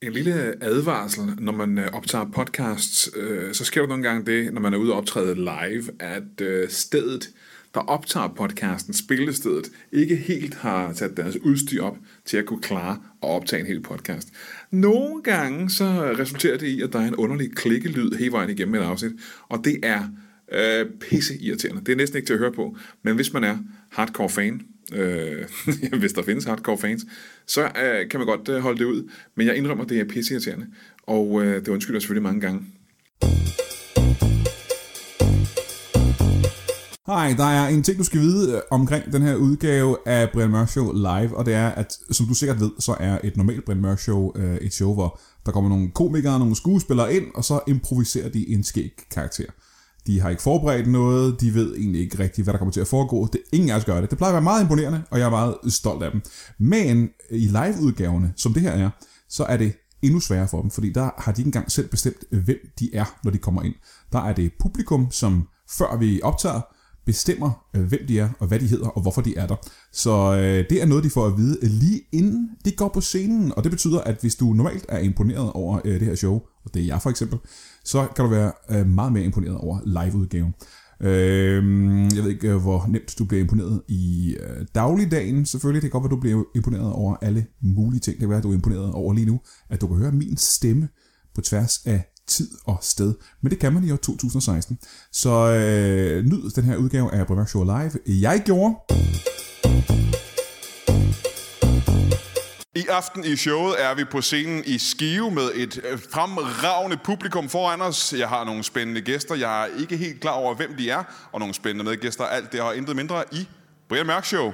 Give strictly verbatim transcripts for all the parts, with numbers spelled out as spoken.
En lille advarsel, når man optager podcasts, øh, så sker der nogle gange det, når man er ude og optræde live, at øh, stedet, der optager podcasten, spillestedet, ikke helt har sat deres udstyr op til at kunne klare at optage en hel podcast. Nogle gange så resulterer det i, at der er en underlig klikkelyd hele vejen igennem et afsnit, og det er øh, pisse irriterende. Det er næsten ikke til at høre på, men hvis man er hardcore fan, Øh, hvis der findes hardcore fans, så øh, kan man godt øh, holde det ud. Men jeg indrømmer, at det er pisseirriterende, og øh, det undskylder jeg selvfølgelig mange gange. Hej, der er en ting, du skal vide omkring den her udgave af Brian Mørk Show live, og det er, at som du sikkert ved, så er et normalt Brian Mørk Show øh, et show, hvor der kommer nogle komikere, nogle skuespillere ind, og så improviserer de en skæg karakter. De har ikke forberedt noget, de ved egentlig ikke rigtigt, hvad der kommer til at foregå. Det, ingen af os gør det. Det plejer at være meget imponerende, og jeg er meget stolt af dem. Men i live-udgaverne, som det her er, så er det endnu sværere for dem, fordi der har de ikke engang selv bestemt, hvem de er, når de kommer ind. Der er det publikum, som før vi optager, bestemmer, hvem de er, og hvad de hedder, og hvorfor de er der. Så øh, det er noget, de får at vide lige inden de går på scenen, og det betyder, at hvis du normalt er imponeret over øh, det her show, og det er jeg for eksempel, så kan du være øh, meget mere imponeret over live-udgaven. Øh, jeg ved ikke, øh, hvor nemt du bliver imponeret i øh, dagligdagen, selvfølgelig. Det kan godt være, du bliver imponeret over alle mulige ting. Det kan være, at du er imponeret over lige nu, at du kan høre min stemme på tværs af tid og sted. Men det kan man i år to tusind og seksten. Så øh, nyd den her udgave af Brian Mørk Show Live. Jeg gjorde... I aften i showet er vi på scenen i Skive med et fremragende publikum foran os. Jeg har nogle spændende gæster. Jeg er ikke helt klar over, hvem de er. Og nogle spændende medgæster. Alt det og intet mindre i Brian Mørk Show.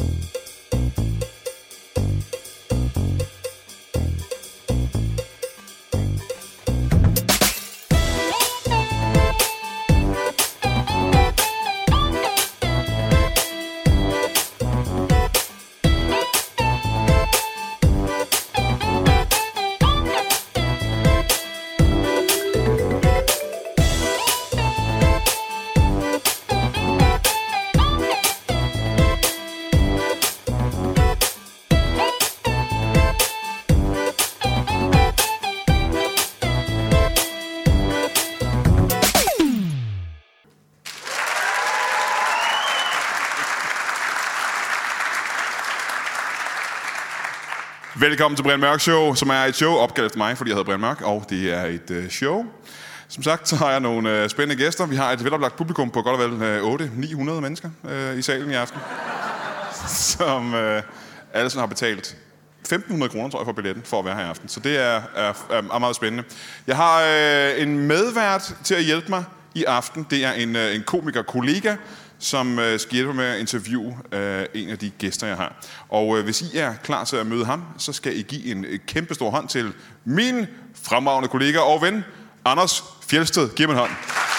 Velkommen til Brian Mørk Show, som er et show opkaldt efter mig, fordi jeg hedder Brian Mørk, og det er et uh, show. Som sagt, så har jeg nogle uh, spændende gæster. Vi har et veloplagt publikum på godt og vel uh, otte til ni hundrede mennesker uh, i salen i aften, som uh, alle sådan har betalt femten hundrede kroner, tror jeg, for billetten for at være her i aften. Så det er, er, er meget spændende. Jeg har uh, en medvært til at hjælpe mig i aften. Det er en, uh, en komiker-kollega, som øh, skal hjælpe med at interviewe øh, en af de gæster, jeg har. Og øh, hvis I er klar til at møde ham, så skal I give en øh, kæmpe stor hånd til min fremragende kollega og ven, Anders Fjeldsted. Giv mig en hånd.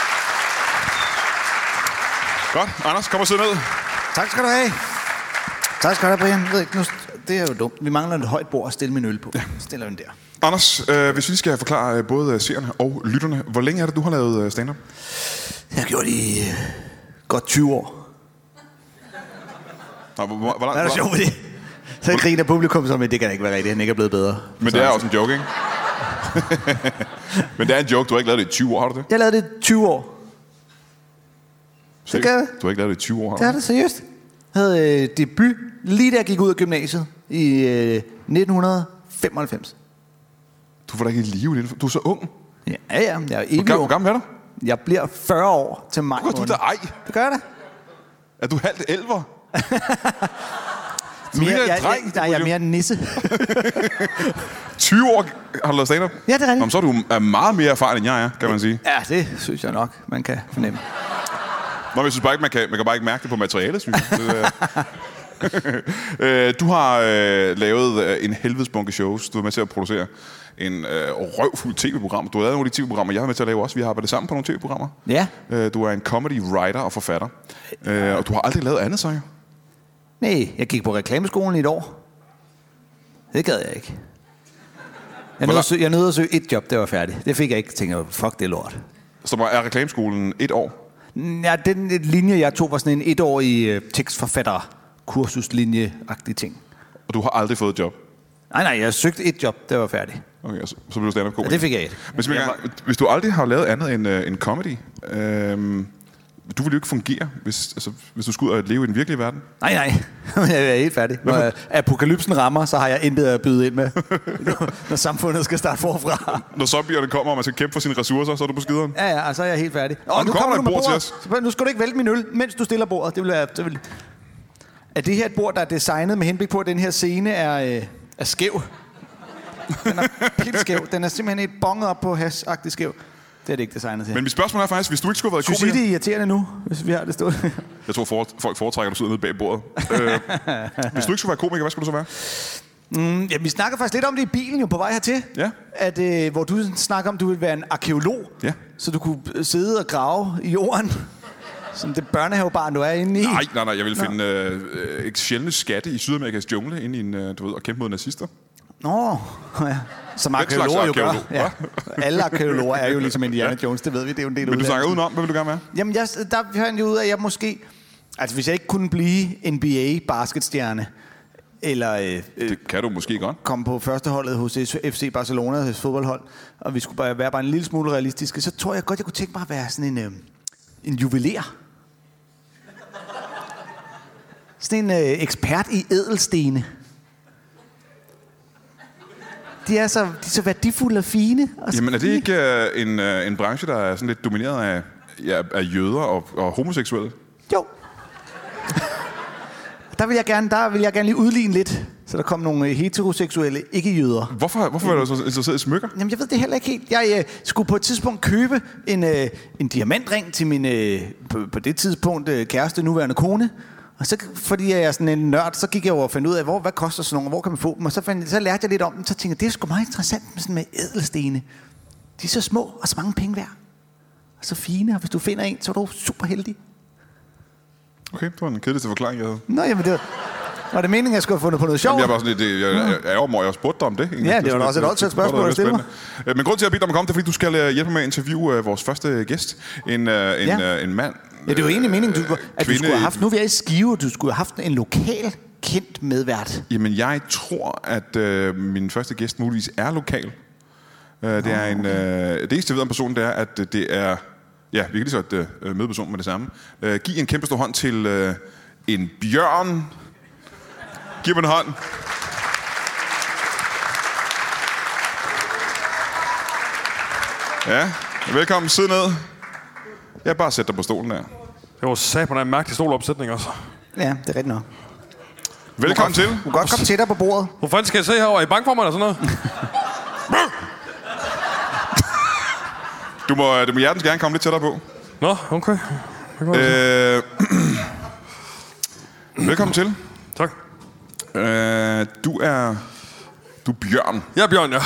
Godt. Anders, kom og sidde ned. Tak skal du have. Tak skal du have, Brian. Jeg ved ikke, nu, det er jo dumt. Vi mangler et højt bord at stille min øl på. Ja. Stiller den der. Anders, øh, hvis vi skal forklare øh, både seerne og lytterne, hvor længe er det, du har lavet øh, stand-up? Jeg har gjort det i... Øh... Godt tyve år. Nå, hvor, hvor, hvor hvad er der sjovt med det? Så griner publikum som, at det kan ikke være rigtigt, han ikke er blevet bedre. Men det er også en joke, ikke? Men det er en joke, du har ikke lavet det i tyve år, har du det? Jeg lavede det i tyve år. Så kan jeg. Du har ikke lavet det i tyve år, har du? Det er det seriøst. Jeg havde øh, debut, lige da jeg gik ud af gymnasiet, i øh, nitten femoghalvfems. Du får da ikke i live i det. Du er så ung. Ja, ja, jeg er evig ung. Hvor gammel er du? Jeg bliver fyrre år til maj. Hvor gør du da ej? Det gør jeg da. Er du halvt elver? Du mere, jeg, dreng, jeg, nej, jeg er mere en nisse. tyve år har du lavet stand-up? Ja, det er rigtigt. Jamen, så er du meget mere erfaren, end jeg er, kan man sige. Ja, det synes jeg nok, man kan fornemme. Nå, men jeg synes bare ikke, man kan, man kan bare ikke mærke det på materialet, synes jeg. Du har øh, lavet en helvedes bunke shows. Du er med til at producere en øh, røvfuld tv-program. Du har lavet nogle af de tv-programmer, jeg har med til at lave også. Vi har arbejdet sammen på nogle tv-programmer. Ja. Øh, du er en comedy writer og forfatter. Øh, og du har aldrig lavet andet, så jo? Nej, jeg gik på reklameskolen i et år. Det gad jeg ikke. Jeg nåede, søge, jeg nåede at søge et job, det var færdigt. Det fik jeg ikke. Tænkte, fuck, det er lort. Så er reklameskolen et år? Ja, den linje, jeg tog, var sådan en etårig tekstforfatter kursuslinje-agtig ting. Og du har aldrig fået et job? Nej, nej, jeg søgte et job, det var færdigt. Okay, så, så blev du stand-up-komiker. Ja, det fik jeg et. Men jeg var... hvis du aldrig har lavet andet end, uh, end comedy, øh, du ville jo ikke fungere, hvis, altså, hvis du skulle ud og leve i den virkelige verden. Nej, nej. Jeg er helt færdig. Når apokalypsen rammer, så har jeg intet at byde ind med. Når samfundet skal starte forfra. Når zombierne kommer, og man skal kæmpe for sine ressourcer, så er du på skideren. Ja, ja, og så er jeg helt færdig. Og, og nu, nu kommer der et bord til os. Nu skal du ikke vælte min øl, mens du stiller bordet. Det vil være... Det vil... Er det her et bord, der er designet med henblik på, at den her scene er, øh, er skæv? Den er helt skæv. Den er simpelthen et bonget op på hash-agtigt skæv. Det er det ikke designet til. Men mit spørgsmål er faktisk, hvis du ikke skulle have været komiker... Synes I, det er irriterende nu, hvis vi har det stået? Jeg tror, for, folk foretrækker, at du sidder nede bag bordet. øh, hvis du ikke skulle være komiker, hvad skulle du så være? Mm, ja, vi snakker faktisk lidt om det i bilen jo på vej hertil. Ja. At, øh, hvor du snakker om, at du vil være en arkeolog. Ja. Så du kunne sidde og grave i jorden. Som det børnehavebarn, du er inde i. Nej, nej, nej. Jeg vil finde øh, øh, sjældne skatte i Sydamerikas jungle inde i en, øh, du ved, og kæmpe mod nazister. Nå, ja. Som arkeologer jo gør. Ja. Alle arkeologer er jo ligesom Indiana Jones, det ved vi, det er jo en del af. Men du snakker udenom, hvad vil du gerne være? Jamen, jeg, der fandt jeg ud af, at jeg måske... Altså, hvis jeg ikke kunne blive N B A-basketstjerne, eller... Øh, det kan du måske godt. Komme på førsteholdet hos F C Barcelona, fodboldhold, og vi skulle bare være bare en lille smule realistiske, så tror jeg godt, jeg kunne tænke mig at være sådan en, øh, en juveler. Sådan en øh, ekspert i ædelstene. De er så, de er så værdifulde og fine. Og Jamen er det ikke uh, en, uh, en branche, der er sådan lidt domineret af, ja, af jøder og, og homoseksuelle? Jo. Der vil jeg gerne, der vil jeg gerne lige udligne lidt, så der kom nogle heteroseksuelle ikke-jøder. Hvorfor, hvorfor er du så interesseret i smykker? Jamen jeg ved det heller ikke helt. Jeg uh, skulle på et tidspunkt købe en, uh, en diamantring til min, uh, på, på det tidspunkt, uh, kæreste, nuværende kone. Og så, fordi jeg er sådan en nørd, så gik jeg over og fandt ud af, hvor, hvad koster sådan nogle, hvor kan man få dem? Og så, fandt, så lærte jeg lidt om dem, så tænkte jeg, det er sgu meget interessant med, sådan med ædelstene. De er så små og så mange penge værd. Og så fine, og hvis du finder en, så er du super heldig. Okay, det var en kedeligste forklaring, jeg havde. Nå, jamen det var, var det meningen, at jeg skulle have fundet på noget sjovt? Jamen, jeg var sådan lidt, jeg, jeg, jeg er over, jeg har spurgt dig om det. Egentlig. Ja, det var da også et åndssvagt spørgsmål at stille mig. Men grund til, at jeg beder dig om at komme, det er, fordi du skal hjælpe med at interviewe vores første gæst. En, en, ja. en mand. Ja, det var egentlig meningen, du, at kvinde, du skulle have haft... Nu er vi i Skive, du skulle have haft en lokal kendt medvært. Jamen, jeg tror, at øh, min første gæst muligvis er lokal. Uh, det er en... Uh, det eneste, jeg ved om personen, det er, at det er... Ja, vi kan lige så et uh, møde personen med det samme. Uh, giv en kæmpe stor hånd til uh, en bjørn. Giv mig en hånd. Ja, velkommen. Sid ned. Ja, bare sæt dig på stolen der. Det var sat på en mærkelig stolopsætning også. Ja, det er rigtigt nok. Velkommen til. Du kan godt komme tættere på bordet. Hvor fanden skal jeg se herovre? I bange for mig eller sådan noget? Du må, du må hjertens gerne komme lidt tættere på. Nå, okay. Øh, velkommen til. Tak. Øh, du er... Du er Bjørn. Jeg er Bjørn, ja.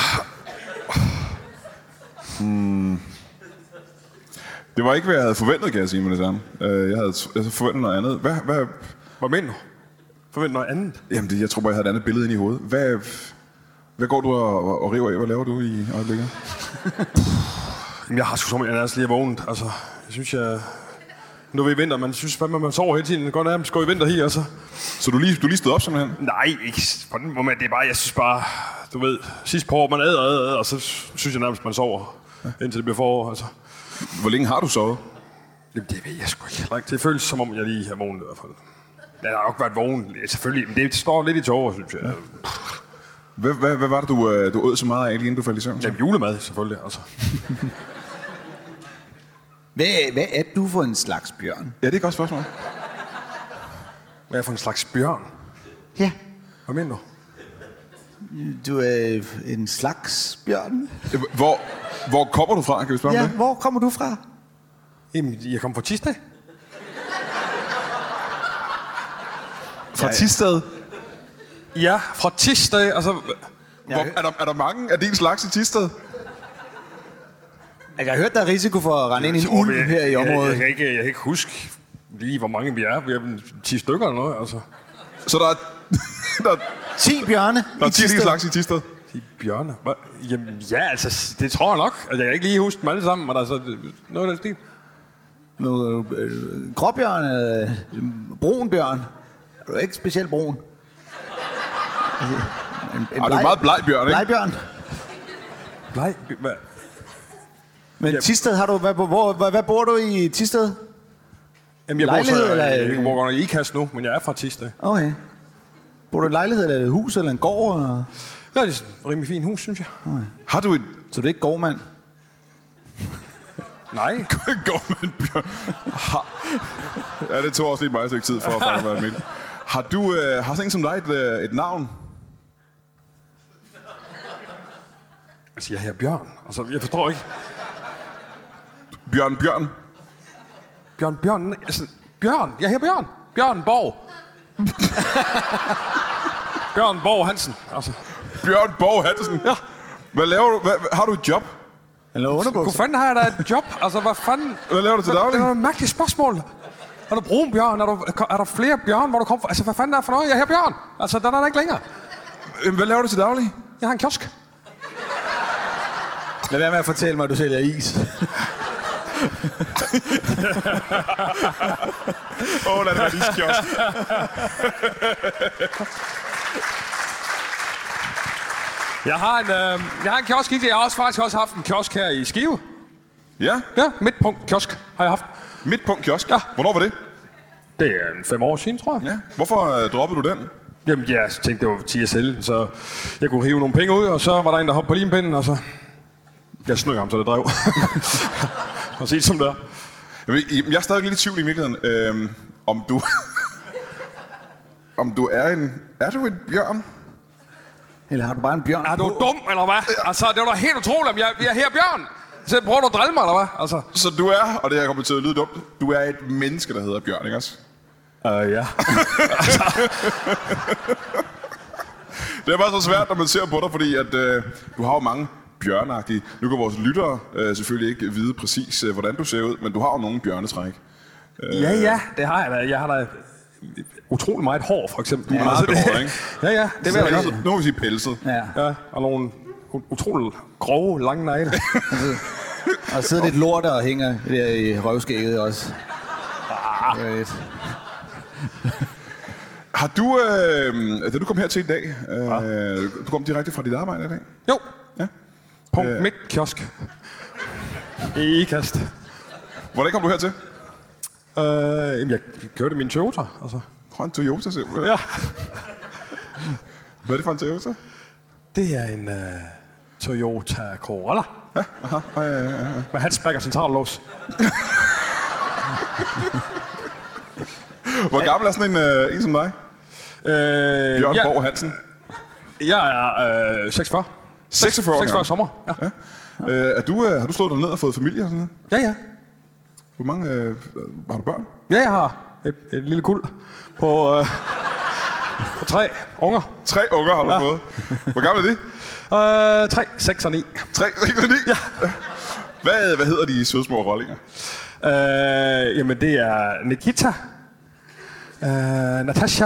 Hmm. Det var ikke, hvad jeg havde forventet, kan jeg sige med det samme. Øh, jeg, havde, jeg havde forventet noget andet. Hvad, hvad, hvad mener du? Forventet noget andet? Jamen, det, jeg tror bare, jeg havde et andet billede inde i hovedet. Hvad, hvad går du og, og, og river af? Hvad laver du i øjeblikket? Jamen, jeg har sgu så meget, jeg er lige vågnet. Altså, jeg synes, jeg... Nu er vi i vinter, man synes, at man sover hele tiden. Det går nærmest gå i vinter her, altså. Så du lige, du lige stod op simpelthen? Nej, ikke på den moment. Det er bare, jeg synes bare... Du ved, sidst på år, man æder, æder, æder, og så synes jeg nærmest, man sover. Ja. Indtil det bliver forår, altså. Hvor længe har du sovet? Jamen, det ved jeg sgu ikke. Det føles som om, jeg lige har vågnet i hvert fald. Jeg har nok været vågen, selvfølgelig, men det står lidt i tårer, synes jeg. Hvad, hvad, hvad var det, du, du åd så meget af, inden du faldt i søvn? Jamen, julemad, selvfølgelig, altså. Hvad, hvad er du for en slags bjørn? Ja, det er et godt spørgsmål. Hvad er jeg for en slags bjørn? Ja. Hvad mener du? Du er en slags bjørn. Hvor, hvor kommer du fra, kan vi spørge ja, om det? hvor kommer du fra? Jamen, jeg kommer fra Thisted. Fra ja, Thisted? Ja, fra Thisted, altså... Hvor, er, der, er der mange af din slags i Thisted? Jeg har hørt, der er risiko for at rende ind i en ulv her i området. Jeg, jeg, jeg, kan ikke, jeg kan ikke huske lige, hvor mange vi er. Vi er ti stykker eller noget, altså. Så der er... der er ti bjørne Der er ti slags i Thisted? ti bjørne? Hva? Jamen, ja, altså, det tror jeg nok. Altså, jeg kan ikke lige huske dem alle sammen, men altså, noget af den stil. Noget øh, gråbjørn, øh, brunbjørn. Er du ikke specielt brun? Altså, En, en Ej, du er meget bleg bjørn, ikke? Blegbjørn. Nej, hvad? Men Thisted, har du, hvad, hvor, hvad, hvad bor du i Thisted? Jamen, jeg Lejlighed, bor så, eller- jeg, jeg bor godt nok i Ikast nu, men jeg er fra Thisted. Okay. Bor du i en lejlighed, eller et hus, eller en gård? Eller? Ja, det er et rimelig fint hus, synes jeg. Okay. Har du et... Så du er ikke gårdmand? Nej. Går med en bjørn? Har... Ja, det tog også lige meget stykke tid for at fange, hvad jeg mente. Har du... Øh, har sådan en som dig et, øh, et navn? Altså, jeg hedder Bjørn. Altså, jeg forstår ikke. Bjørn Bjørn? Bjørn, Bjørn, altså, Bjørn. Jeg hedder Bjørn. Bjørn Borg. Bjørn Borg Hansen, altså. Bjørn Borg Hansen? Ja. Hvad laver du? Hvad, har du et job? Eller Hvor underbukser? fanden har jeg da et job? Altså, hvad fanden? Hvad laver du til daglig? Det er et mærkeligt spørgsmål. Er du brun bjørn? Er, du, er der flere bjørn, hvor du kommer fra? Altså, hvad fanden er det for noget? Jeg hedder Bjørn. Altså, den er der ikke længere. Øh, Hvad laver du til daglig? Jeg har en kiosk. Lad være med at fortælle mig, at du sælger is. Åh, oh, lad det være lige kiosk. Jeg har en, øh, jeg har en kiosk i det. Jeg har også faktisk også haft en kiosk her i Skive. Ja, Ja, midtpunkt kiosk har jeg haft. midtpunkt kiosk. Ja. Hvornår var det? Det er en fem år siden, tror jeg. Ja. Hvorfor øh, droppede du den? Jamen, jeg tænkte, det var ti at sælge, så jeg kunne hive nogle penge ud, og så var der en, der hoppede på limpinden, og så... Jeg snøg ham, så det drev. Og sige det som det er. Jeg, ved, jeg er stadig lidt i tvivl i virkeligheden, øhm, om du... om du er en... Er du en bjørn? Eller har du bare en bjørn? Er du dum, eller hvad? Altså, det var da helt utroligt, om jeg, jeg er her Bjørn. Så prøver du at drille mig, eller hvad? Altså. Så du er, og det her kommer til at lyde dumt, du er et menneske, der hedder Bjørn, ikke også? Øh, uh, ja. Det er bare så svært, når man ser på dig, fordi at, øh, du har jo mange bjørnagtige... Nu kan vores lyttere øh, selvfølgelig ikke vide præcis, øh, hvordan du ser ud, men du har jo nogle bjørnetræk. Ja, ja, det har jeg da. Jeg har da utrolig meget hår, for eksempel. Du er meget behåret, ikke? Ja, ja, det vil jeg Så, sige. nu må vi sige pelset. Ja. Ja, og nogle u- utroligt grove, lange negle. Og der sidder lidt lort og hænger der i røvskægget også. Ah. Har du, øh, da du kom her til i dag, øh, du kom direkte fra dit arbejde i dag? Jo. Ja. Punkt Øh. midt kiosk. I Ikast. Hvordan kom du hertil? Øh, jamen, jeg kørte min Toyota, altså. Fra en Toyota simpelthen. Ja. Hvad er det for en Toyota? Det er en uh, Toyota Corolla. Ja, aha, ja, ja, ja. Med hatchback og centrallås. Hvor gammel er sådan en, øh, en som dig? Øh, Bjørn ja, Borg Hansen. jeg er øh, seksogfyrre. seksogfyrre år seksogfyrre sommer. Ja. Ja. Øh, er du, øh, har du slået dig ned og fået familie og sådan noget? Ja, ja. Hvor mange... Øh, har du børn? Ja, jeg har et, et lille kuld på, øh, på tre unger. Tre unger har du ja. fået. Hvor gammel er det? Øh, tre, seks og ni. Tre, seks og ni? Ja. Hvad, hvad hedder de søde små rollinger? Øh, jamen, det er Nikita, øh, Natasha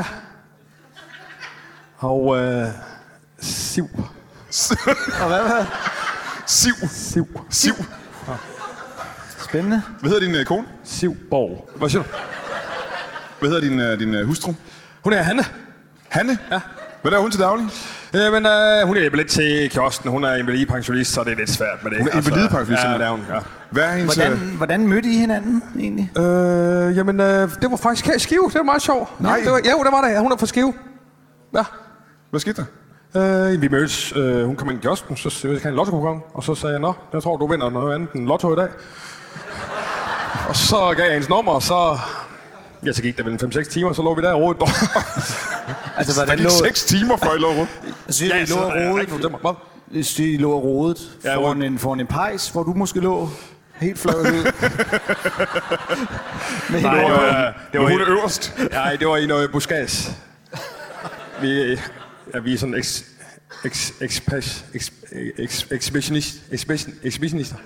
og øh, Siv. Og hvad hvad? Siv. Siv. Siv. Spændende. Hvad hedder din øh, kone? Siv Borg. Hvad siger du? Hvad hedder din, øh, din øh, hustru? Hun er Hanne. Hanne? Ja. Hvad laver hun til daglig? Øh, men øh, hun er lidt til kiosken. Hun er invalidepensionist, så det er lidt svært med det. Hun er invalidepensionist, Ja, simpelthen? det er hun, ja. Hvad er hendes... Hvordan, øh, hvordan mødte I hinanden egentlig? Øh, jamen, øh, det var faktisk her i Skive. Det var meget sjovt. Nej. Det var, jo, det var det. Hun er fra Skive. Ja. Hvad skete der? Øh, vi mødtes. Øh, hun kom ind i kiosken, så sagde jeg, en lotto-program. Og så sagde jeg, nå, jeg tror, du vinder noget andet end lotto i dag. Og så gav jeg hendes nummer, og så... Ja, så gik der vel fem seks timer, så lå vi der og rodede. Altså, Der hvordan gik lå... seks timer før I lå rundt. Altså, I lå og rodet, hvis I lå og rodet Ja, foran, en, foran en pejs, hvor du måske lå helt flad ud. Med Nej, helt det over. var, det var Men hun helt, er øverst. nej, det var i noget buskads. Vi, ja, vi er sådan ex, ex, express, ex, ex, exhibitionist, exhibition, exhibitionister.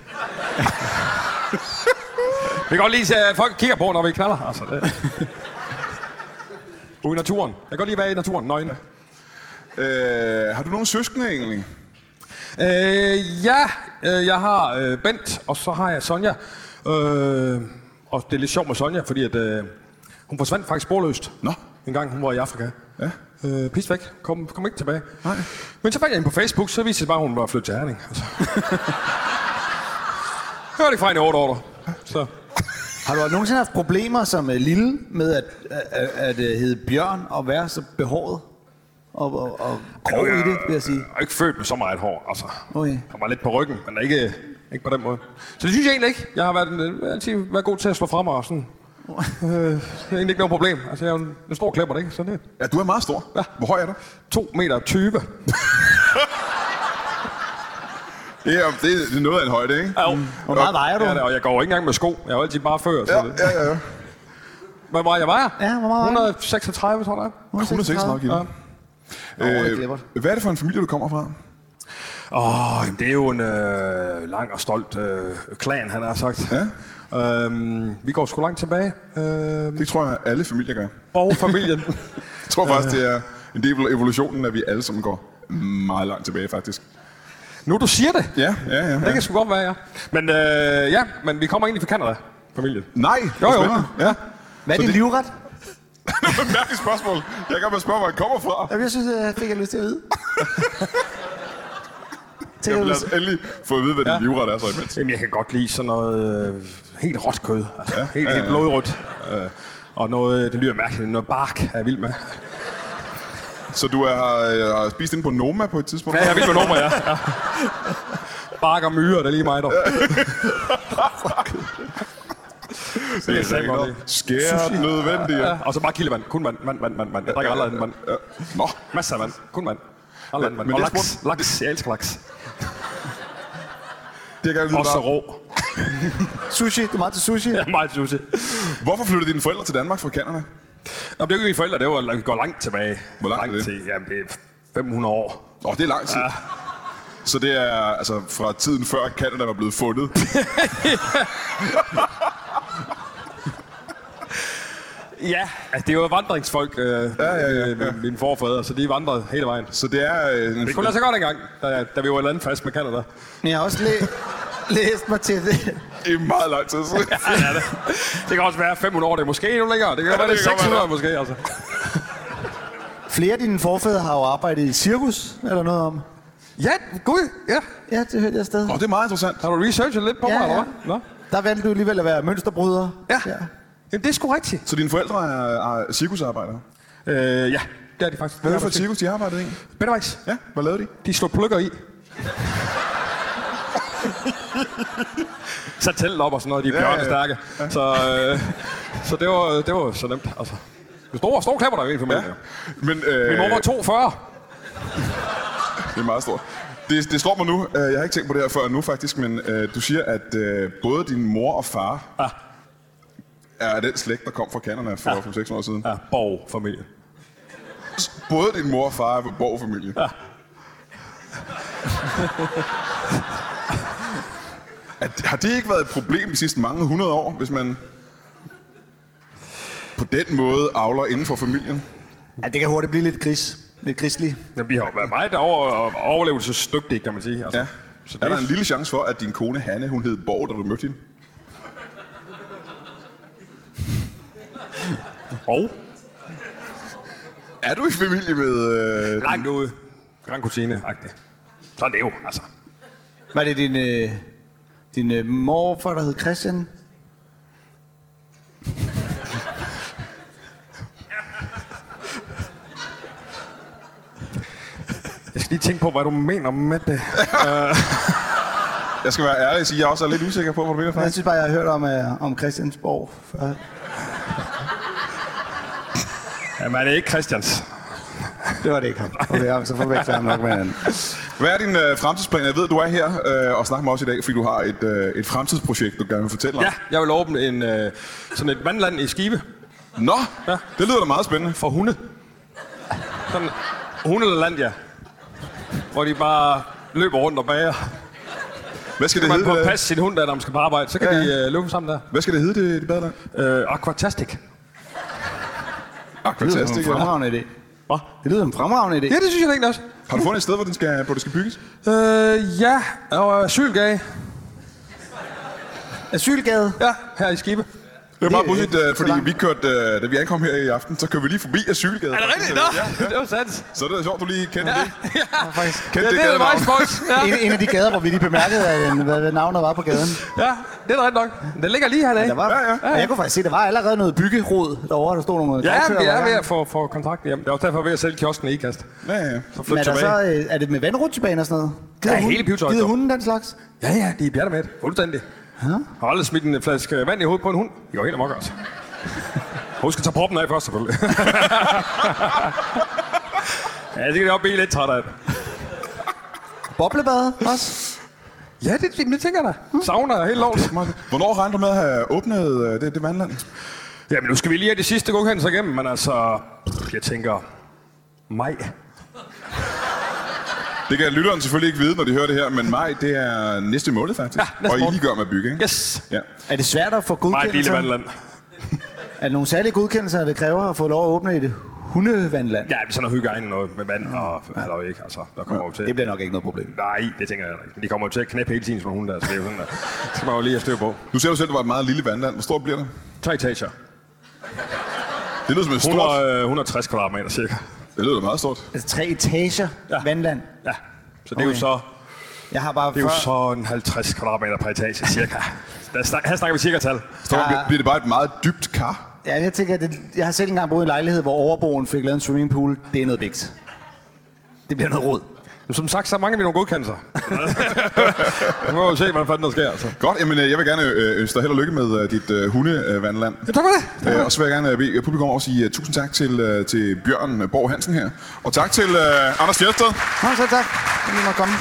Vi kan godt lide, at folk kigger på, når vi knaller. Altså, det. Ude i naturen. Jeg kan godt lide at være i naturen, nøgne. Øh, har du nogen søskende egentlig? Øh, ja, øh, jeg har øh, Bent, og så har jeg Sonja. Øh, og det er lidt sjovt med Sonja, fordi at, øh, hun forsvandt faktisk sporløst. Nå. En gang hun var i Afrika. Ja. Øh, pis væk. Kom, kom ikke tilbage. Nej. Men så fandt jeg hende på Facebook, så viste det bare, at hun var flyttet til Herning. Altså. Jeg hørte ikke fra hende i otte år. Så. Har du nogensinde haft problemer som uh, lille med at, at, at, at uh, hedde Bjørn og være så behåret? Og, og, og grov i det, vil jeg sige. Jeg er ikke født med så meget hår, altså. Okay. Jeg var lidt på ryggen, men ikke, ikke på den måde. Så det synes jeg egentlig ikke. Jeg har været, øh, altid været god til at slå frem og sådan. øh, det er egentlig ikke noget problem. Altså, jeg er jo en, en stor klipper, ikke? Så det. Ja, du er meget stor. Ja. Hvor høj er du? to meter tyve. Ja, det, det er noget af en højde, ikke? Ja, Hvor meget vejer du? Ja, og jeg går ikke engang med sko. Jeg er jo altid bare før. Så Ja, det. ja, ja. ja. Hvad var jeg vejer? Ja, hvor meget et hundrede og seksogtredive, tror jeg. et hundrede og seksogtredive kilo. Ja. Øh, hvad er det for en familie, du kommer fra? Åh, oh, det er jo en øh, lang og stolt øh, klan, han har sagt. Ja. Øhm, vi går sgu langt tilbage. Øhm, Det tror jeg, alle familier gør. og familien. Jeg tror faktisk, det er en del af evolutionen, at vi alle sammen går meget langt tilbage, faktisk. Nu du siger det. Ja, ja, ja. Det ja. kan sgu godt være, ja. Men øh, ja, men vi kommer egentlig fra Canada, familien. Nej, Jo, jo. spændende. Ja. Hvad er Så din det- livret? Mærkeligt spørgsmål. Jeg kan godt spørge, hvor han kommer fra. Jamen, jeg synes, jeg fik jeg lyst til at vide. Jeg vil lad os endelig få at vide, hvad din Ja. livret er så imens. Jamen, jeg kan godt lide sådan noget øh, helt råt kød. Altså, ja, helt, ja, helt ja. blodrødt. Øh, og noget, det lyder mærkeligt, noget bark er jeg vild med. Så du er, øh, har spist inde på Noma på et tidspunkt? Ja, jeg er vild med nummer, ja. ja. Bark og myrer, det er lige mig, dog. Det er sandt godt, rigtig skært nødvendigt. Ja, Ja. og så bare kildevand. Kun vand, vand, vand, vand, vand. Jeg drikker aldrig andet vand. Ja. Nå, Masser af vand. Kun vand. Aldrig andet vand. Men Og det er laks. Laks. Jeg elsker laks. det er gerne vide Også bare. rå. Sushi, du er meget til sushi. Ja, meget sushi. Hvorfor flyttede dine forældre til Danmark fra Canada? Nå, det er jo ikke mine forældre, det var, vi går langt tilbage. Hvor langt er det? til? Jamen, det er fem hundrede år. Åh, oh, det er lang tid. Ja. Så det er altså fra tiden før Canada var blevet fundet. Ja, altså det er jo vandringsfolk, øh, Ja, ja, ja, ja. mine forfædre, så de vandrede hele vejen. Så det er... Øh, en, Det kunne lade sig godt engang, da, da vi var landfast med Canada. Men jeg har også læ- læst mig til det. det er meget lang tid siden. Ja, det er det. Det kan også være fem hundrede år, det er måske endnu længere. Det kan Ja, ja, være, det det er kan godt seks hundrede være. måske, altså. Flere af dine forfædre har jo arbejdet i cirkus, eller noget om. Ja, gud, ja. Ja, det hørte jeg stadig. Åh, oh, det er meget interessant. Har du researchet lidt på Ja, mig, eller ja. hvad? Nå? Der valgte du alligevel at være mønsterbryder. Ja. ja. Jamen, det er sgu rigtigt. Så dine forældre er, er cirkusarbejdere? Øh, ja, det er de faktisk. Hvad er det for et cirkus, de arbejdede i? Bettervejs. Ja, hvad lavede de? De slog pløkker i. Sat teltet op og sådan noget, de er Ja, ja, ja. bjørnestærke. Ja. Så, øh, så det var, det var så nemt, altså. Det store, store klapper der i familien. Ja. Men, øh, Min mor var toogfyrre. Det er meget stort. Det, det slår mig nu. Øh, Jeg har ikke tænkt på det her før nu faktisk, men øh, du siger, at øh, både din mor og far Ja. er den slægt, der kom fra Canada for fem seks år siden. Ja, borg-familie. Både din mor og far er borgerfamilie. Ja. At, har det ikke været et problem de sidste mange hundrede år, hvis man på den måde avler inden for familien? Ja, det kan hurtigt blive lidt gris. Lidt grislig. Ja, vi har jo været meget over, overlevelsesdygtige, kan man sige. Altså. Ja. Så Er det, der en lille chance for, at din kone Hanne, hun hed Borg, da du mødte hende? Og Er du i familie med... Øh, langt ude. Grand Cousine-agtigt. Så er det jo, altså. Var det din, øh, din øh, morfar, der hed Christian? Jeg skal lige tænke på, hvad du mener med det. Jeg skal være ærlig og sige, at jeg også er lidt usikker på, hvad du mener Jeg faktisk. synes bare, jeg har hørt om, uh, om Christiansborg før. Jamen, er det ikke Christians? Det var det ikke. Okay, ja, så forveksler jeg nok med hinanden. Hvad er din øh, fremtidsplan? Jeg ved, du er her øh, og snakker med os i dag, fordi du har et, øh, et fremtidsprojekt, du gerne vil fortælle om. Ja, jeg vil åbne en, øh, sådan et vandland i Skive Nå, Ja. det lyder da meget spændende. for hunde. Sådan hundeland, ja. Hvor de bare løber rundt og bager. Hvad skal Kan det man på hedde? passe sin hund, der når man skal på arbejde, så kan Ja, ja, ja. de øh, løbe sammen der. Hvad skal det hedde, det, det badeland? Øh, Aquatastic. Ah, Det lyder som en fantastisk. Ja. fremragende idé. Hvad? Det lyder som en fremragende idé. Ja, det synes jeg egentlig også. Har du fundet et sted, hvor, den skal, hvor det skal bygges? Øh, ja, og asylgade. Asylgade. Ja, her i Skive. Det er meget pudsigt, øh, fordi langt. vi kørte, øh, da vi ankom her i aften, så kørte vi lige forbi Asylgade. Er det rigtigt? Nå, Ja, ja. det var sandt. Så det er sjovt, du lige kendte Ja, det. ja. Faktisk. Kendte Ja, det er gadenavn. meget spøjs. Ja. En, en af de gader, hvor vi lige bemærkede, at, hvad, hvad navnet var på gaden. ja, det er da ret nok. Den ligger lige hernede. Der var, Ja, ja. ja. Jeg kunne faktisk se, der var allerede noget byggerod derovre, der stod nogle Ja, gravkøer, vi der er var ved i at få, få kontrakten hjem. Det er også derfor, vi er ved at sælge kiosken i Ikast. Ja, ja. Så gang. flyt Men er, der tilbage. så, øh, er det med vandrutsjebane og sådan noget? Gider Ja, hun- hele pivetøjet Gider op. hunden den slags? Ja, ja, de er bjerter med det. Fuldstændig. Ja. Har aldrig smidt en flaske vand i hovedet på en hund. Det går helt amok, altså. Husk at tage proppen af først, selvfølgelig. ja, det kan jeg også blive lidt træt af. Boblebad også? Ja, det, det tænker jeg da. Savner er helt lovt. Hvornår regner du med at have åbnet øh, det, det vandland? Jamen, nu skal vi lige have de sidste godkendelser igennem, men altså, jeg tænker, maj. Det kan lytteren selvfølgelig ikke vide, når de hører det her, men maj, det er næste måned faktisk. Ja, næste og I måned. lige gør med at bygge, ikke? Yes. Ja. Er det svært at få Maj, lille godkendelser? vandland. Er der nogle særlige godkendelser, det kræver at få lov at åbne et hundevandland? Ja, vi sådan noget hygiejne noget med vand og halløj, ikke? Altså, der kommer jo til. Det bliver nok ikke noget problem. Nej, det tænker jeg ikke. Men de kommer jo til at knæppe hele tiden, som hunde der. Så det er jo sådan der. Det skal man jo lige have styr på. Nu ser du selv, at det var et meget lille vandland. Hvor stort bliver det? Tre etager. Det lyder som et stort. hundrede, øh, et hundrede og tres kvadratmeter cirka. Det lyder da meget stort. Altså tre etager Ja. vandland. Ja. Så det er jo Okay. så, Jeg har bare det er jo før... så en halvtreds kvadratmeter per etage cirka. Der snak, her snakker vi cirka tal. Så Ja. bliver det bare et meget dybt kar. Ja, jeg tænker, at det, jeg har selv engang boet i en lejlighed, hvor overboen fik lavet en swimmingpool. Det er noget biks. Det bliver noget råd. Som sagt, så mangler vi nogle godkendelser. Vi må jo se, hvad fanden der sker. Altså. Godt, jamen øh, jeg vil gerne øh, ønske dig held og lykke med øh, dit øh, hundevandland. Ja, tak for det. Øh, og så vil jeg gerne øh, bede publikum over at sige uh, tusind tak til, uh, til Bjørn Borg Hansen her. Og tak til uh, Anders Fjeldsted. Nå, så tak. Jeg lige må komme.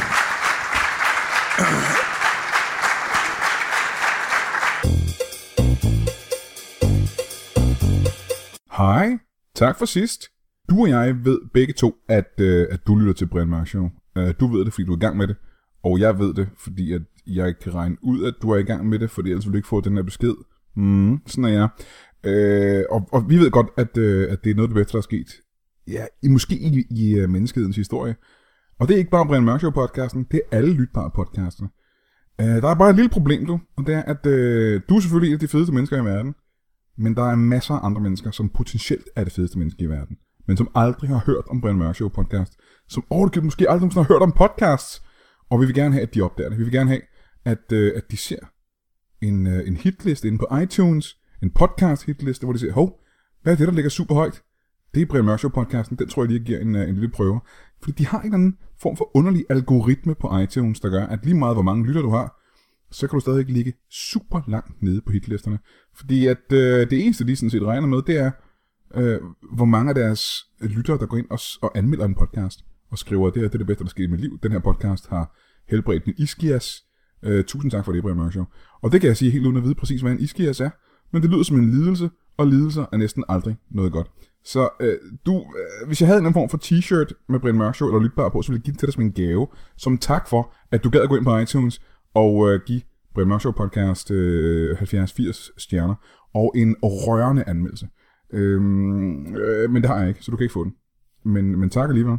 Hej, tak for sidst. Du og jeg ved begge to, at, øh, at du lytter til Brian Mørk Show. Uh, du ved det, fordi du er i gang med det. Og jeg ved det, fordi at jeg kan regne ud, at du er i gang med det, fordi ellers vil du ikke få den her besked. Mm, sådan er jeg. Uh, og, og vi ved godt, at, uh, at det er noget af det bedste, der er sket. Ja, i, måske i, i uh, menneskehedens historie. Og det er ikke bare Brian Mørk Show podcasten, det er alle lytbare podcaster. Uh, der er bare et lille problem, du. Og det er, at uh, du er selvfølgelig en af de fedeste mennesker i verden. Men der er masser af andre mennesker, som potentielt er det fedeste menneske i verden. Men som aldrig har hørt om Brian Mørk Show podcast. Som overhovedet måske aldrig har hørt om podcasts. Og vi vil gerne have, at de opdager det. Vi vil gerne have, at, øh, at de ser en, øh, en hitliste inde på iTunes. En podcast hitliste, hvor de siger, hov, hvad er det, der ligger super højt? Det er Brian Mørk Show podcasten. Den tror jeg lige giver en, øh, en lille prøve. Fordi de har en eller anden form for underlig algoritme på iTunes, der gør, at lige meget hvor mange lytter du har, så kan du stadig ikke ligge super langt nede på hitlisterne. Fordi at øh, det eneste, de sådan set regner med, det er, øh, hvor mange af deres lyttere, der går ind og, og anmelder en podcast, og skriver, at det her det er det bedste, der sker i mit liv. Den her podcast har helbredt min iskias. Øh, tusind tak for det, Brian Mørk Show. Og det kan jeg sige helt uden at vide præcis, hvad en iskias er. Men det lyder som en lidelse, og lidelser er næsten aldrig noget godt. Så øh, du, øh, hvis jeg havde en form for t-shirt med Brian Mørk Show, eller lytbar på, så ville jeg give det til dig som en gave. Som tak for, at du gad at gå ind på iTunes, og øh, give Brian Mørk Show podcast øh, halvfjerds firs stjerner, og en rørende anmeldelse. Øhm, øh, men det har jeg ikke, så du kan ikke få den. Men, men tak alligevel.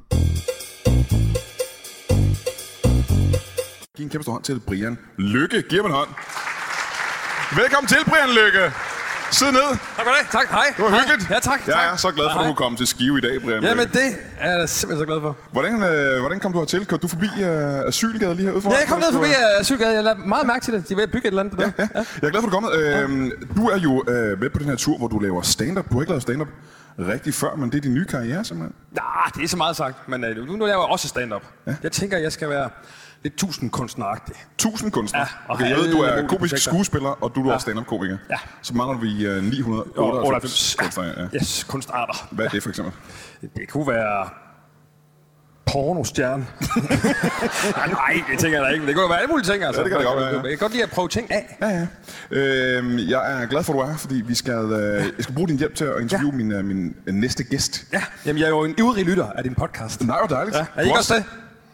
Giv en kæmpe stor hånd til Brian Lykke. Giv ham en hånd. Velkommen til, Brian Lykke. Sid ned. Tak for det. Tak. Hej. Det var hyggeligt. Ja, tak. Jeg tak. er så glad for, at du kunne komme til Skive i dag, Brian Jamen, Lykke. det er jeg simpelthen så glad for. Hvordan, øh, hvordan kom du hertil? Kom du forbi øh, Asylgade lige herude for? Ja, jeg kom ned forbi uh, Asylgade. Jeg lader meget mærke til det. De er ved at bygge et eller andet der. Ja, ja. Jeg er glad for, at du er kommet. Øh, du er jo øh, med på den her tur, hvor du laver stand-up. Du har ikke lavet stand-up rigtig før, men det er din nye karriere, simpelthen. Nej, det er så meget sagt. Men uh, nu, nu laver jeg også stand-up. Ja. Jeg tænker, jeg skal være lidt tusindkunstneragtig. Tusind kunstner. Ja, og okay, jeg ved, du er alle komisk projekter. skuespiller, og du er Ja. også stand-up-komiker. Ja. Så mangler vi øh, ni hundrede og otteoghalvfems kunstnere. Ja. Yes, kunstarter. Hvad er det for eksempel? Det kunne være pornostjerne. nej, nej, det tænker jeg da ikke. Det kunne være alle mulige ting, altså. Ja, det kan det godt være, ja. Jeg kan godt lide at prøve ting af. Ja, ja. Øh, jeg er glad for, at du er her, fordi vi skal, øh, jeg skal bruge din hjælp til at interviewe ja. min, øh, min øh, næste gæst. Ja, jamen jeg er jo en ivrig lytter af din podcast. Nej, hvor dejligt. Ja, er I ikke også det?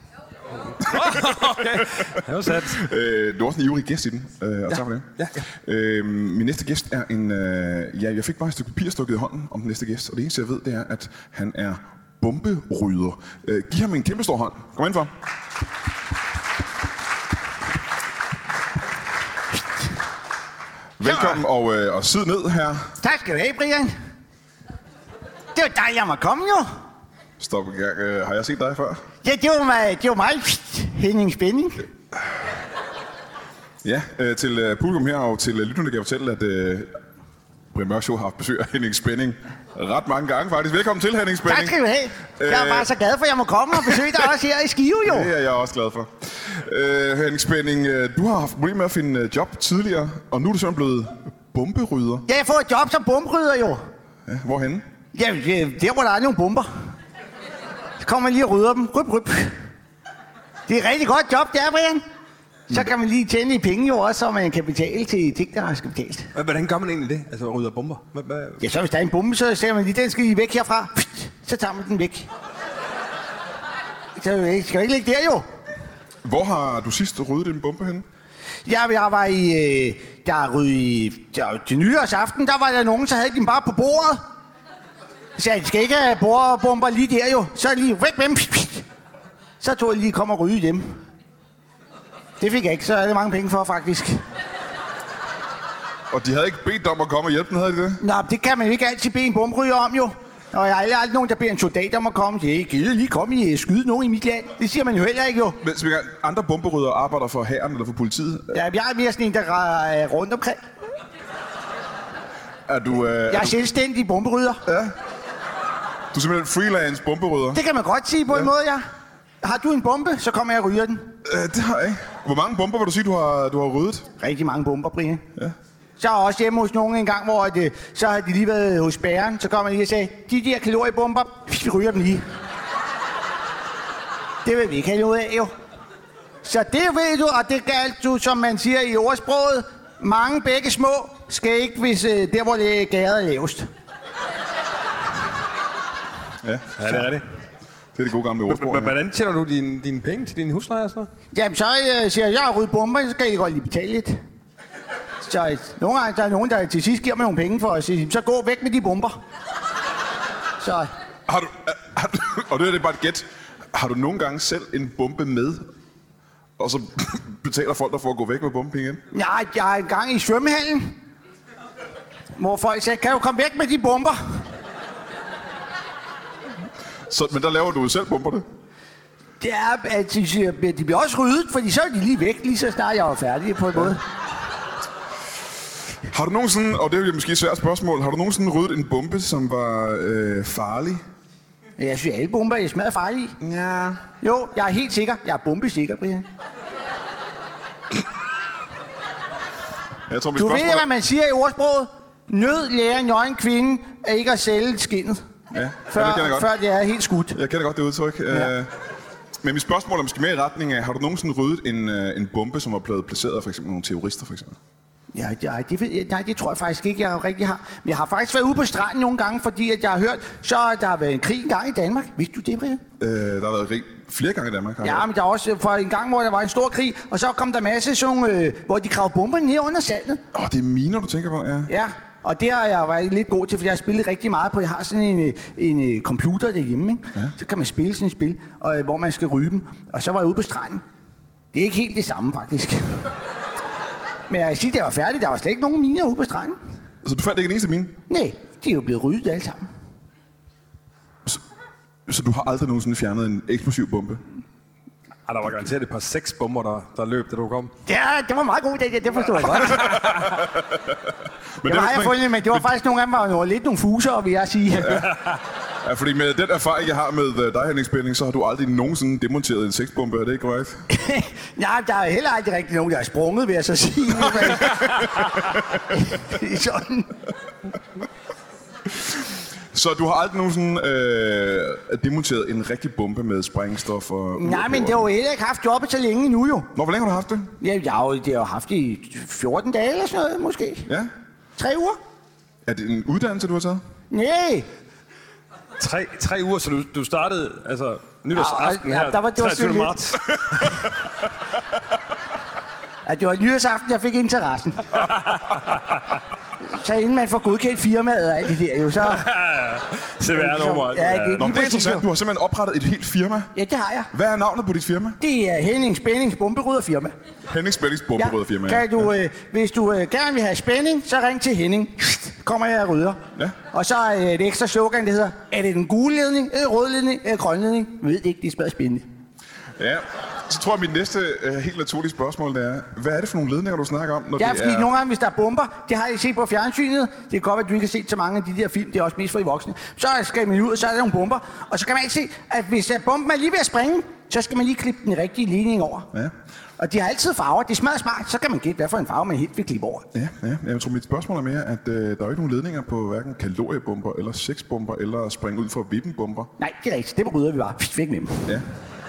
Okay, det var sandt. Øh, du er også en ivrig gæst i den, øh, og Ja. tak for det. Ja, ja. Øh, min næste gæst er en... Øh, ja, jeg fik bare et stykke papir stukket i hånden om den næste gæst, og det eneste, jeg ved, det er, at han er bomberydder. Øh, giv ham en kæmpe stor hånd. Kom ind for. velkommen og, øh, og sid ned her. Tak skal du have, Brian. Det var dejligt, jeg må komme jo. Stop i gang. Øh, har jeg set dig før? Ja, det var mig, det var mig. Henning Spænding. Ja, øh, til øh, publikum her og til øh, lytterne kan jeg fortælle, at øh, Brian Mørk Show har haft besøg af Henning Spænding ret mange gange faktisk. Velkommen til, Henning Spænding. Tak skal du have. Jeg er bare så glad for, at jeg må komme og besøge dig også her i Skive, jo. Det er jeg også glad for. Øh, Henning Spænding, øh, du har haft problemer med at finde øh, job tidligere, og nu er du simpelthen blevet bomberydder. Ja, jeg får et job som bomberydder, jo. Ja, hvorhenne? Ja, der hvor der er nogle bomber. Så kommer man lige og rydder dem. Ryp, ryp. Det er et rigtig godt job, det er, Brian. Så kan man lige tjene i penge jo også, så man kan betale til ting, der skal betales. Hvordan gør man egentlig det? Altså rydder bomber? Hvad, hvad? Ja, så hvis der er en bombe, så siger man lige, den skal lige væk herfra. Så tager man den væk. Så skal jo ikke ligge der, jo. Hvor har du sidst ryddet en bombe henne? Ja, jeg var i... Øh, der rydde i... Der, til nytårsaften, der var der nogen, så havde de dem bare på bordet. Så jeg skal ikke have bordbomber lige der, jo. Så lige væk med dem. Så tog jeg lige kom og rydde dem. Det fik jeg ikke, så er det mange penge for, faktisk. Og de havde ikke bedt om at komme og hjælpe den, havde de det? Nå, det kan man jo ikke altid bede en bomberydder om, jo. Og jeg har aldrig nogen, der beder en soldat om at komme. Det er ikke givet lige komme i skyde nogen i mit land. Det siger man jo heller ikke, jo. Men så andre bomberyddere arbejder for hæren eller for politiet? Ja, jeg er mere sådan en, der er rundt omkring. Er du... Øh, jeg er, er du... selvstændig bomberydder. Ja. Du er simpelthen freelance bomberydder? Det kan man godt sige på ja. en måde, ja. Har du en bombe, så kommer jeg og rydder den. Øh, det har jeg ikke. Hvor mange bomber vil du sige, du har, du har ryddet? Rigtig mange bomber, Brian. Ja. Så er jeg også hjemme hos nogen en gang, hvor det, så har de lige været hos bæren. Så kommer de lige og sagde, de der kaloriebomber, vi ryger dem lige. Det vil vi ikke have noget af, jo. Så det ved du, og det galt du, som man siger i ordsproget. Mange begge små skal ikke, hvis der, hvor det er gæret er lavest. Ja, ja, det er det. Det er det gode gamle ordsprog. Hvordan tjener du dine din penge til dine huslejer og sådan noget? Jamen, så øh, siger jeg, jeg har ryddet bomber, så skal jeg godt lige betale lidt. Så øh, nogle gange der er nogen, der til sidst giver mig nogle penge for at sige, så gå væk med de bomber. Så... Har du, har du, og det er det bare et gæt. Har du nogle gange selv en bombe med, og så betaler folk der for at gå væk med bomben igen? Nej, jeg er engang i svømmehallen, hvor folk sagde, kan du komme væk med de bomber? Så, men der laver du jo selv bomberne? Det er, at de, siger, de bliver også ryddet, fordi så er de lige væk, lige så snart jeg var færdig på en måde. Har du nogensinde, og det er jo måske et svært spørgsmål, har du nogensinde ryddet en bombe, som var øh, farlig? Jeg synes, alle bomber er smadret farlige. Ja. Jo, jeg er helt sikker. Jeg er bombesikker, Brian. Jeg tror, du spørgsmål... ved, hvad man siger i ordsproget? Nød lærer en nøgen kvinde at ikke at sælge skindet. Ja, før, ja, det før det er helt skudt. Jeg kender godt det udtryk. Ja. Men mit spørgsmål er måske mere i retning af, har du nogensinde ryddet en, en bombe, som var blevet placeret af for eksempel nogle terrorister, for eksempel? Ja, nej, det, ved, nej, det tror jeg faktisk ikke, jeg rigtig har. Men jeg har faktisk været ude på stranden nogle gange, fordi at jeg har hørt, så der har været en krig en gang i Danmark. Vidste du det, Brian? Øh, der har været krig flere gange i Danmark. Ja, men der er også for en gang, hvor der var en stor krig, og så kom der masse sådan, øh, hvor de kravede bomber ned under sandet. Åh, oh, det er miner, du tænker på, ja. Ja. Og det har jeg været lidt god til, for jeg har spillet rigtig meget på. Jeg har sådan en, en computer derhjemme, ikke? Ja. Så kan man spille sådan et spil, og, hvor man skal ryge dem. Og så var jeg ude på stranden. Det er ikke helt det samme, faktisk. Men jeg vil sige, at det var færdigt. Der var slet ikke nogen miner ude på stranden. Så du fandt ikke en eneste mine? Nej, de er jo blevet ryddet alle sammen. Så, så du har aldrig nogensinde fjernet en eksplosiv bombe? Ah, der var garanteret et par seks bomber, der, der løb, da du kom. Ja, det var meget god idé, det forstår jeg godt. men det, det har jeg fundet, men det var faktisk nogle af dem, der var lidt nogle fuser, vil jeg sige. Ja. Ja, fordi med den erfaring, jeg har med dig, Henning Spænding, så har du aldrig nogensinde demonteret en sexbombe, er det ikke korrekt? Nej, der er heller aldrig rigtig nogen, der er sprunget, vil jeg så sige. Sådan. Så du har aldrig nogensinde øh, demonteret en rigtig bombe med sprængstof og... Nej, men det har jo heller ikke haft jobbet så længe nu, jo. Nå, hvor længe har du haft det? Ja, jeg har jo, det har haft i fjorten dage eller sådan noget, måske. Ja. Tre uger. Er det en uddannelse, du har taget? Nej. Tre, tre uger, så du, du startede, altså, nytårsaften ja, her, der var, det var treogtyvende marts. Ja, det var nytårsaften, jeg fik interessen. Så inden man får godkendt firmaet og alt det der, jo, så... C V R-nummer. Ja, Ja, det, Nå, men det er interessant. Du har simpelthen oprettet et helt firma. Ja, det har jeg. Hvad er navnet på dit firma? Det er Henning Spændings Bomberydderfirma. Henning Spændings Bomberydderfirma. Kan du, øh, hvis du øh, gerne vil have spænding, så ring til Henning. Kommer jeg og rydder. Ja. Og så er øh, et ekstra slogan, det hedder, er det den gule ledning, eller rød ledning, eller grøn ledning? Jeg ved det ikke, det er smadret spændende. Ja. Så tror jeg, mit næste uh, helt naturlige spørgsmål det er, hvad er det for nogle ledninger, du snakker om? Når Ja, det fordi er... nogle gange, hvis der er bomber, det har jeg set på fjernsynet. Det kan godt være, at du ikke har set så mange af de der film, det er også mest for de voksne. Så skal man ud, og så er der nogle bomber. Og så kan man ikke se, at hvis bomben er lige ved at springe, så skal man lige klippe den rigtige ligning over. Ja. Og de har altid farver. Det er smadret smart. Så kan man gætte, hvad for en farve man helt vil klippe over. Ja, ja. Jeg tror, mit spørgsmål er mere, at uh, der er jo ikke nogen ledninger på hverken kaloriebomber, eller sexbomber, eller springe ud fra vippenbomber. Nej, det er rigtigt. Det rydder vi bare. Pst, væk med dem. Ja.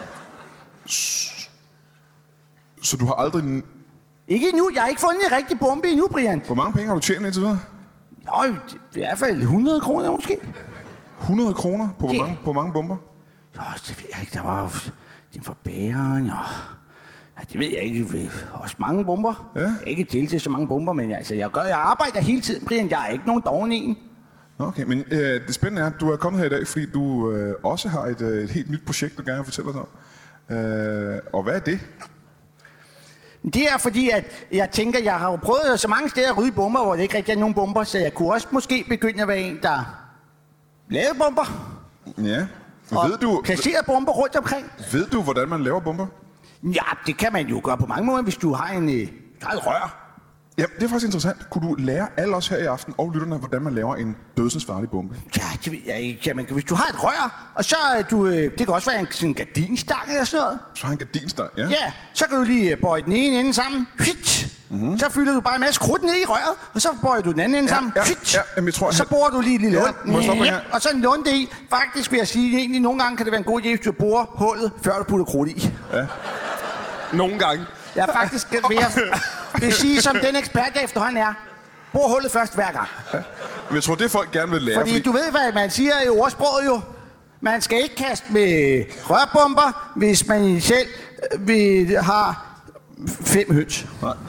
Så du har aldrig... Ikke endnu. Jeg har ikke fundet en rigtig bombe endnu, Brian. Hvor mange penge har du tjent indtil videre? Nå, det er i hvert fald hundrede kroner måske. hundrede kroner på hvor Ja. mange, på mange bomber? Jo, det ved jeg ikke. Der var jo den for bæren, og... Ja, det ved jeg ikke. Også mange bomber. Ja. Jeg er ikke til til så mange bomber, men altså, jeg, gør, jeg arbejder hele tiden, Brian. Jeg er ikke nogen doven en. Okay, men øh, det spændende er, at du er kommet her i dag, fordi du øh, også har et, øh, et helt nyt projekt, du gerne vil fortælle os om. Øh, og hvad er det? Det er fordi, at jeg tænker, jeg har jo prøvet så mange steder at rydde bomber, hvor det ikke rigtig er nogen bomber, så jeg kunne også måske begynde at være en, der lavede bomber. Ja. Og Ved du, placerede bomber rundt omkring. ved du, hvordan man laver bomber? Ja, det kan man jo gøre på mange måder, hvis du har en, øh, har et rør. Ja, det er faktisk interessant. Kunne du lære alle os her i aften og lytterne, hvordan man laver en dødsensfarlig bombe? Ja, det ved jeg ikke. Jamen, hvis du har et rør, og så er du, øh, det kan også være en, sådan en gardinstang eller sådan noget. Så har en gardinstang, ja. Ja, så kan du lige øh, bøje den ene ende sammen. Hit. Mm-hmm. Så fylder du bare en masse krudt ned i røret, og så bøjer du den anden ende Ja, sammen. ja, Hit. ja, jamen, jeg tror, og så jeg- borer du lige et lille Ja, hul. må jeg stoppe her? Og så en lunde i. Faktisk vil jeg sige, at egentlig nogle gange kan det være en god idé, hvis du borer hullet, før du putter krudt i. Nogle gange. Jeg er faktisk vil jeg, vil sige, som den ekspert, jeg efterhånden er. Bor hullet først hver gang. Men jeg tror, det folk gerne vil lære, Fordi, fordi du ved, hvad man siger i ordsproget jo. Man skal ikke kaste med rørbomber, hvis man selv øh, vil, har fem høns.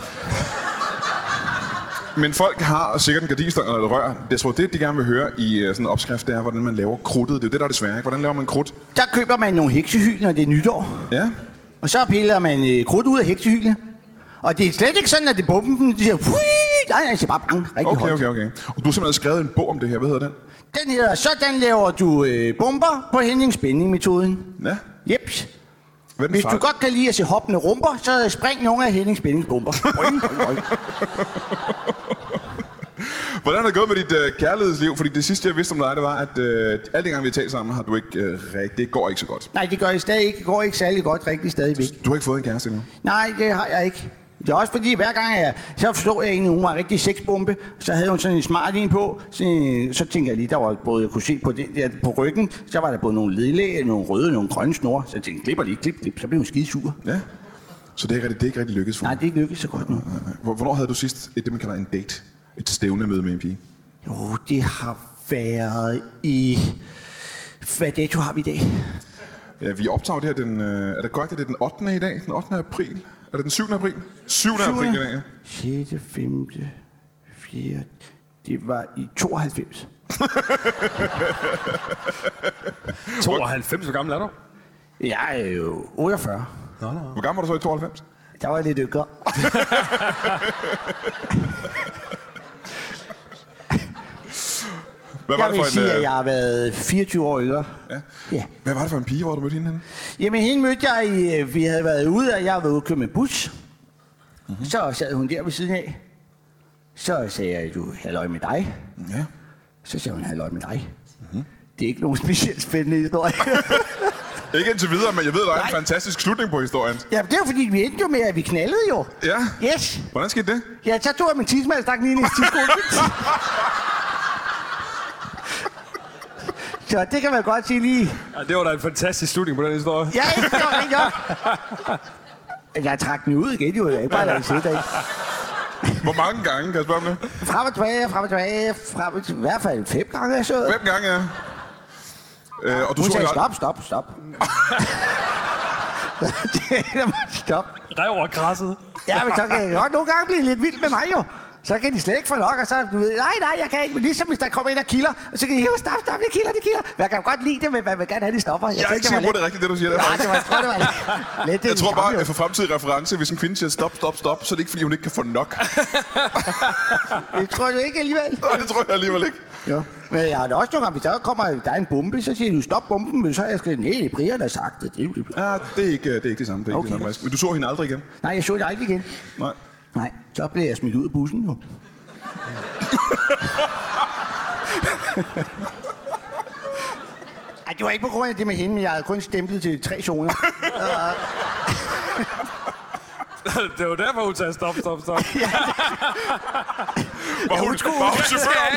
Men folk har sikkert en gardinstang eller et rør. Jeg tror, det de gerne vil høre i uh, sådan en opskrift, det er, hvordan man laver krudtet. Det er jo det, der er det svære, ikke? Hvordan laver man krudt? Der køber man nogle heksehyl, når det er nytår. Ja. Og så piller man øh, krudt ud af heksehylene. Og det er slet ikke sådan, at det bomben, de siger, Fui! Nej, nej, det siger bare bang, rigtig Okay, højt. okay, okay. Og du har simpelthen skrevet en bog om det her. Hvad hedder den? Den hedder, sådan laver du øh, bomber på Henning Spænding-metoden. Ja. Jeps. Hvad er den Hvis du far- godt kan lide at se hoppende rumper, så spring nogle af Henning Spændings bomber. Boing, boing, boing. Hvordan er det gået med dit uh, kærlighedsliv? Fordi det sidste, jeg vidste om dig, det var, at uh, alle de gange, vi har talt sammen, har du ikke uh, rigtig... Det går ikke så godt. Nej, det gør jeg stadig ikke. Det går ikke særlig godt, rigtig stadigvæk. Du har ikke fået en kæreste endnu? Nej, det har jeg ikke. Det er også fordi, hver gang jeg... Så forstod jeg egentlig, hun var en rigtig sexbombe. Så havde hun sådan en smart en på. Så, så tænkte jeg lige, der var både, jeg kunne se på, det, der, på ryggen. Så var der både nogle ledlæg, nogle røde, nogle grønne snore. Så jeg tænkte, klipper lige, klip, klip. Så blev hun skidesur. Ja. Så det er ikke rigtig, det er ikke rigtig lykkedes for Nej, dig? det er ikke lykkedes så godt nu. Hvor- Hvornår havde du sidst et, det, man kalder en date? Et stævnemøde med en pige? Jo, det har været i... Hvad dato har vi i dag? Ja, vi optager det her den... Øh, er det godt, at det er den ottende i dag? Den ottende april? Er det den syvende april? syvende april i dag, ja. sjette, femte, fjerde... Det var i tooghalvfems. tooghalvfems, hvor gammel er du? Jeg er jo otteogfyrre. Hvor gammel var du så i tooghalvfems? Der var jeg lidt yngre. Hvad var Jeg det vil for sige, en... at Øh, jeg har været fireogtyve år yngre. ja. Ja. Hvad var det for en pige, hvor du mødte hende henne? Jamen, hende mødte jeg i... Vi havde været ude, og jeg havde været ude og køre med bus. Mm-hmm. Så sad hun der ved siden af. Så sagde jeg, du, halløj med dig. Ja. Så sagde hun, halløj med dig. Mm-hmm. Det er ikke nogen specielt spændende historie. Ikke indtil videre, men jeg ved, der er en Nej. fantastisk slutning på historien. Ja, det er fordi, vi endte jo med, at vi knaldede jo. Ja. Yes. Hvordan skete det? Ja, så tog jeg min tidsmand og stak den ind i tidskolen. Så det kan man godt sige lige. Ja, det var da en fantastisk slutning på den historie. Ja, ikke? Det var rigtig godt. Jeg trak den ud igen, jo. Jeg er ikke bare ladet sidde der. Hvor mange gange, kan jeg spørge om det? Frem og tilbage, frem og tilbage, frem og tilbage. I hvert fald fem gange, jeg så. Fem gange, ja. Øh, og du Hun så sagde, jo- stop, stop, stop. Stop. Rev og krasset. Ja, men så kan jeg godt nogle gange blive lidt vild med mig, jo. Så kan de slet ikke få nok, og så du ved, nej, nej, jeg kan ikke. Men ligesom hvis der kommer ind og kilder, og så kan de hive, stop, stop, det kilder, det kilder. Jeg kan godt lide det, men jeg vil gerne have, de stopper. Jeg, Jeg er ikke sikker på, det er rigtigt, det du siger. Nej, det var, jeg tror, det var lidt. Jeg tror bare, at for fremtidig reference, hvis en kvinde siger stop, stop, stop, så er det ikke, fordi hun ikke kan få nok. Det tror du ikke alligevel. Nej, det tror jeg alligevel ikke. Jo. Men jeg har da også nogle gange, hvis der kommer der er en bombe, så siger du stop bomben, men så har jeg skrevet, nej, Brian har sagt det. det, det. Ja, det er ikke det, er ikke det samme. Det er Okay. ikke det samme. Men du så hende aldrig igen? Nej, jeg så det aldrig igen. Nej. Nej, så blev jeg smidt ud af bussen jo. Ej, det var ikke på grund af det med hende, men jeg havde kun stemplet til tre zoner. Det var derfor, hun sagde stop, stop, stop. Var hun, var hun chaufføren?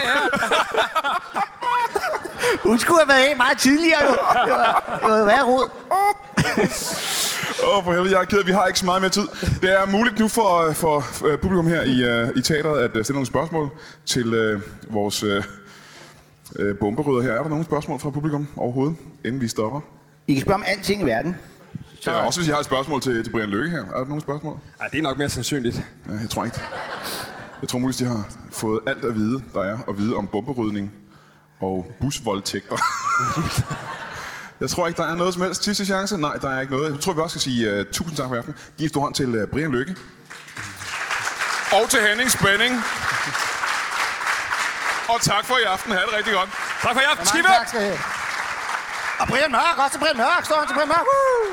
Hun skulle have været af meget tidligere jo. Det var, det var værre rod. Åh, oh, for helvede, jeg er ked af, vi har ikke så meget mere tid. Det er muligt nu for, for uh, publikum her i, uh, i teateret at uh, stille nogle spørgsmål til uh, vores uh, uh, bomberydder her. Er der nogle spørgsmål fra publikum overhovedet, inden vi stopper? I kan spørge om alting i verden. Så... Ja, også hvis jeg har et spørgsmål til, til Brian Lykke her. Er der nogle spørgsmål? Ej, det er nok mere sandsynligt. Ja, jeg tror ikke. Jeg tror muligvis, de har fået alt at vide, der er at vide om bomberydning og busvoldtægter. Jeg tror ikke, der er noget som helst sidste chance. Nej, der er ikke noget. Jeg tror, vi også skal sige uh, tusind tak for aften. Giv en stor hånd til uh, Brian Lykke. Og til Henning Spænding. Og tak for i aften. Ha' det rigtig godt. Tak for i aften. Mange tak skal I have. Og Brian Mørk, også til Brian Mørk. Står han til Brian Mørk. Woo!